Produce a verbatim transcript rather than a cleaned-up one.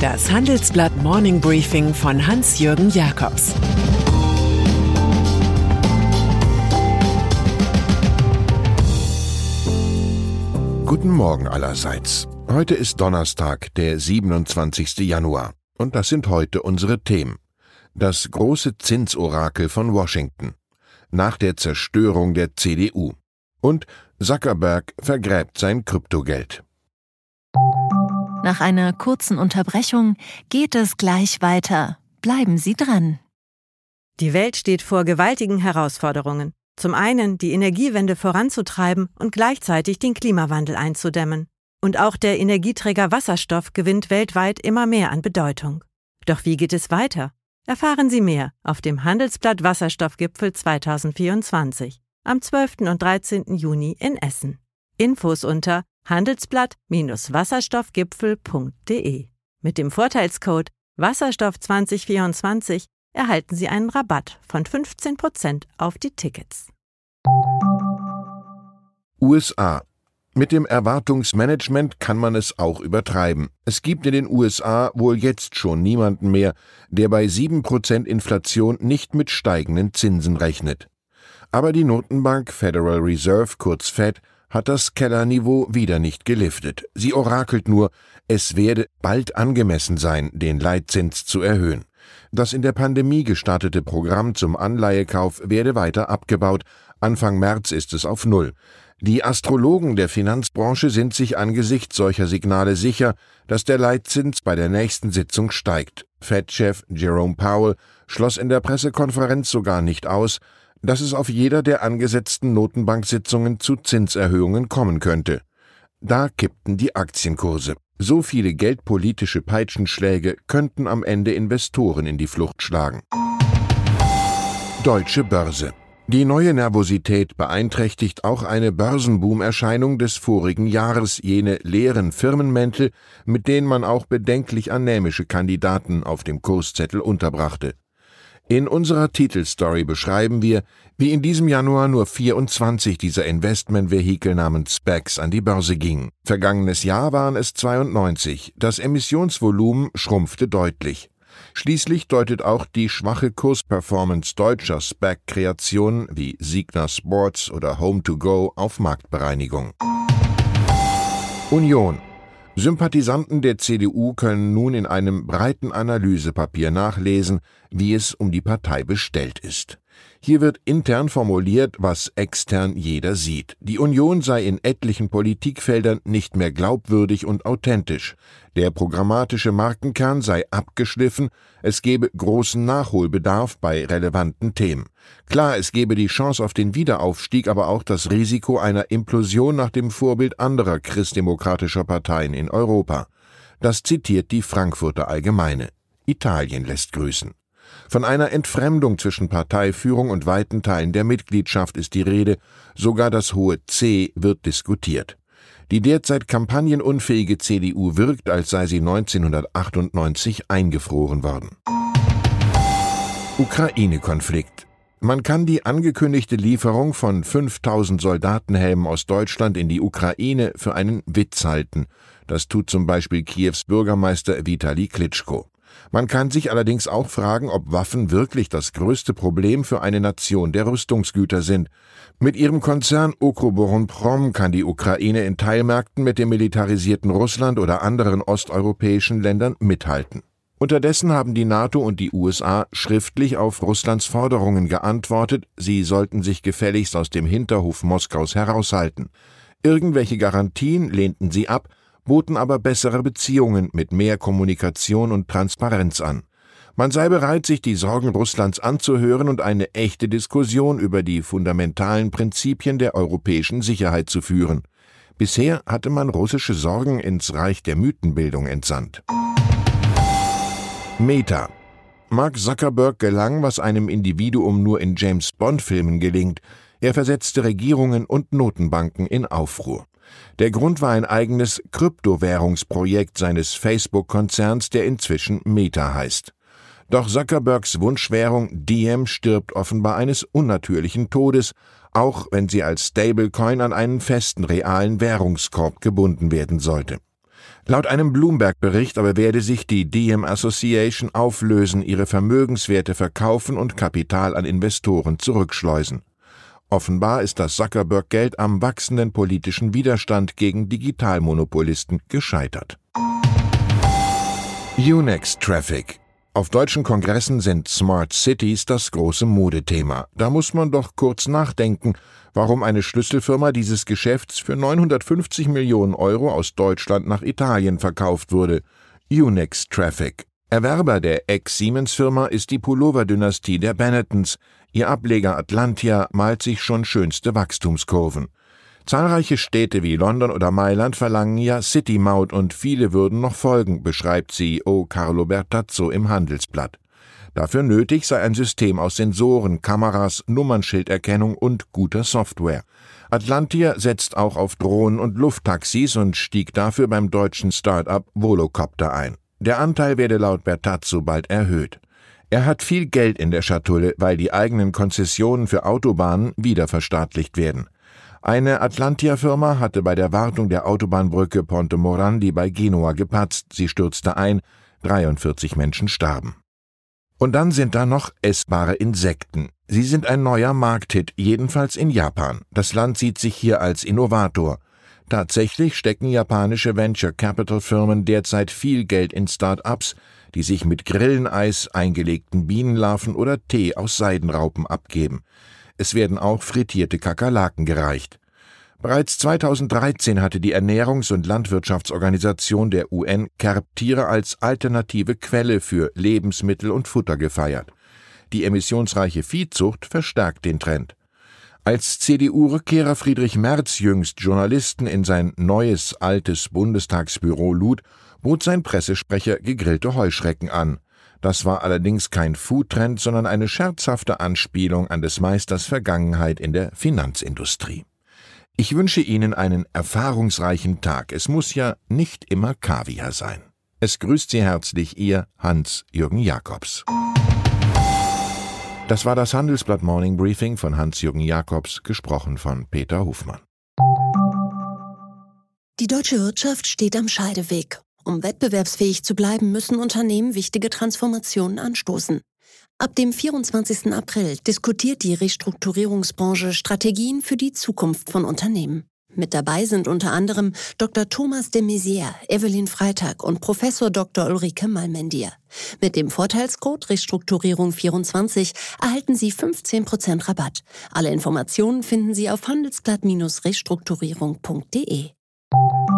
Das Handelsblatt Morning Briefing von Hans-Jürgen Jakobs. Guten Morgen allerseits. Heute ist Donnerstag, der siebenundzwanzigster Januar. Und das sind heute unsere Themen. Das große Zinsorakel von Washington. Nach der Zerstörung der C D U. Und Zuckerberg vergräbt sein Kryptogeld. Nach einer kurzen Unterbrechung geht es gleich weiter. Bleiben Sie dran. Die Welt steht vor gewaltigen Herausforderungen. Zum einen die Energiewende voranzutreiben und gleichzeitig den Klimawandel einzudämmen. Und auch der Energieträger Wasserstoff gewinnt weltweit immer mehr an Bedeutung. Doch wie geht es weiter? Erfahren Sie mehr auf dem Handelsblatt Wasserstoffgipfel zweitausendvierundzwanzig am zwölften und dreizehnten Juni in Essen. Infos unter handelsblatt Wasserstoffgipfel punkt de. Mit dem Vorteilscode Wasserstoff zwanzig vierundzwanzig erhalten Sie einen Rabatt von fünfzehn Prozent auf die Tickets. U S A. Mit dem Erwartungsmanagement kann man es auch übertreiben. Es gibt in den U S A wohl jetzt schon niemanden mehr, der bei sieben Prozent Inflation nicht mit steigenden Zinsen rechnet. Aber die Notenbank Federal Reserve, kurz Fed, hat das Kellerniveau wieder nicht geliftet. Sie orakelt nur, es werde bald angemessen sein, den Leitzins zu erhöhen. Das in der Pandemie gestartete Programm zum Anleihekauf werde weiter abgebaut. Anfang März ist es auf Null. Die Astrologen der Finanzbranche sind sich angesichts solcher Signale sicher, dass der Leitzins bei der nächsten Sitzung steigt. Fed-Chef Jerome Powell schloss in der Pressekonferenz sogar nicht aus, dass es auf jeder der angesetzten Notenbanksitzungen zu Zinserhöhungen kommen könnte. Da kippten die Aktienkurse. So viele geldpolitische Peitschenschläge könnten am Ende Investoren in die Flucht schlagen. Deutsche Börse. Die neue Nervosität beeinträchtigt auch eine Börsenboom-Erscheinung des vorigen Jahres, jene leeren Firmenmäntel, mit denen man auch bedenklich anämische Kandidaten auf dem Kurszettel unterbrachte. In unserer Titelstory beschreiben wir, wie in diesem Januar nur vierundzwanzig dieser Investmentvehikel namens SPACs an die Börse gingen. Vergangenes Jahr waren es zweiundneunzig. Das Emissionsvolumen schrumpfte deutlich. Schließlich deutet auch die schwache Kursperformance deutscher SPAC-Kreationen wie Signa Sports oder Home to Go auf Marktbereinigung. Union. Sympathisanten der C D U können nun in einem breiten Analysepapier nachlesen, wie es um die Partei bestellt ist. Hier wird intern formuliert, was extern jeder sieht. Die Union sei in etlichen Politikfeldern nicht mehr glaubwürdig und authentisch. Der programmatische Markenkern sei abgeschliffen, es gebe großen Nachholbedarf bei relevanten Themen. Klar, es gebe die Chance auf den Wiederaufstieg, aber auch das Risiko einer Implosion nach dem Vorbild anderer christdemokratischer Parteien in Europa. Das zitiert die Frankfurter Allgemeine. Italien lässt grüßen. Von einer Entfremdung zwischen Parteiführung und weiten Teilen der Mitgliedschaft ist die Rede, sogar das hohe C wird diskutiert. Die derzeit kampagnenunfähige C D U wirkt, als sei sie neunzehnhundertachtundneunzig eingefroren worden. Ukraine-Konflikt. Man kann die angekündigte Lieferung von fünftausend Soldatenhelmen aus Deutschland in die Ukraine für einen Witz halten. Das tut zum Beispiel Kiews Bürgermeister Vitali Klitschko. Man kann sich allerdings auch fragen, ob Waffen wirklich das größte Problem für eine Nation der Rüstungsgüter sind. Mit ihrem Konzern Ukroboronprom kann die Ukraine in Teilmärkten mit dem militarisierten Russland oder anderen osteuropäischen Ländern mithalten. Unterdessen haben die NATO und die U S A schriftlich auf Russlands Forderungen geantwortet, sie sollten sich gefälligst aus dem Hinterhof Moskaus heraushalten. Irgendwelche Garantien lehnten sie ab, boten aber bessere Beziehungen mit mehr Kommunikation und Transparenz an. Man sei bereit, sich die Sorgen Russlands anzuhören und eine echte Diskussion über die fundamentalen Prinzipien der europäischen Sicherheit zu führen. Bisher hatte man russische Sorgen ins Reich der Mythenbildung entsandt. Meta. Mark Zuckerberg gelang, was einem Individuum nur in James-Bond-Filmen gelingt. Er versetzte Regierungen und Notenbanken in Aufruhr. Der Grund war ein eigenes Kryptowährungsprojekt seines Facebook-Konzerns, der inzwischen Meta heißt. Doch Zuckerbergs Wunschwährung Diem stirbt offenbar eines unnatürlichen Todes, auch wenn sie als Stablecoin an einen festen realen Währungskorb gebunden werden sollte. Laut einem Bloomberg-Bericht aber werde sich die Diem Association auflösen, ihre Vermögenswerte verkaufen und Kapital an Investoren zurückschleusen. Offenbar ist das Zuckerberg-Geld am wachsenden politischen Widerstand gegen Digitalmonopolisten gescheitert. Unext Traffic. Auf deutschen Kongressen sind Smart Cities das große Modethema. Da muss man doch kurz nachdenken, warum eine Schlüsselfirma dieses Geschäfts für neunhundertfünfzig Millionen Euro aus Deutschland nach Italien verkauft wurde. Unext Traffic. Erwerber der Ex-Siemens-Firma ist die Pullover-Dynastie der Bennettons. Ihr Ableger Atlantia malt sich schon schönste Wachstumskurven. Zahlreiche Städte wie London oder Mailand verlangen ja City-Maut und viele würden noch folgen, beschreibt C E O Carlo Bertazzo im Handelsblatt. Dafür nötig sei ein System aus Sensoren, Kameras, Nummernschilderkennung und guter Software. Atlantia setzt auch auf Drohnen und Lufttaxis und stieg dafür beim deutschen Start-up Volocopter ein. Der Anteil werde laut Bertazzo bald erhöht. Er hat viel Geld in der Schatulle, weil die eigenen Konzessionen für Autobahnen wieder verstaatlicht werden. Eine Atlantia-Firma hatte bei der Wartung der Autobahnbrücke Ponte Morandi bei Genua gepatzt, sie stürzte ein, dreiundvierzig Menschen starben. Und dann sind da noch essbare Insekten. Sie sind ein neuer Markthit, jedenfalls in Japan. Das Land sieht sich hier als Innovator. Tatsächlich stecken japanische Venture-Capital-Firmen derzeit viel Geld in Start-ups, die sich mit Grilleneis, eingelegten Bienenlarven oder Tee aus Seidenraupen abgeben. Es werden auch frittierte Kakerlaken gereicht. Bereits zweitausenddreizehn hatte die Ernährungs- und Landwirtschaftsorganisation der U N Kerbtiere als alternative Quelle für Lebensmittel und Futter gefeiert. Die emissionsreiche Viehzucht verstärkt den Trend. Als C D U-Rückkehrer Friedrich Merz jüngst Journalisten in sein neues, altes Bundestagsbüro lud, bot sein Pressesprecher gegrillte Heuschrecken an. Das war allerdings kein Foodtrend, sondern eine scherzhafte Anspielung an des Meisters Vergangenheit in der Finanzindustrie. Ich wünsche Ihnen einen erfahrungsreichen Tag. Es muss ja nicht immer Kaviar sein. Es grüßt Sie herzlich Ihr Hans-Jürgen Jakobs. Das war das Handelsblatt Morning Briefing von Hans-Jürgen Jakobs, gesprochen von Peter Hofmann. Die deutsche Wirtschaft steht am Scheideweg. Um wettbewerbsfähig zu bleiben, müssen Unternehmen wichtige Transformationen anstoßen. Ab dem vierundzwanzigsten April diskutiert die Restrukturierungsbranche Strategien für die Zukunft von Unternehmen. Mit dabei sind unter anderem Doktor Thomas de Maizière, Evelyn Freitag und Professor Doktor Ulrike Malmendier. Mit dem Vorteilscode Restrukturierung vierundzwanzig erhalten Sie fünfzehn Prozent Rabatt. Alle Informationen finden Sie auf handelsblatt Bindestrich restrukturierung punkt de.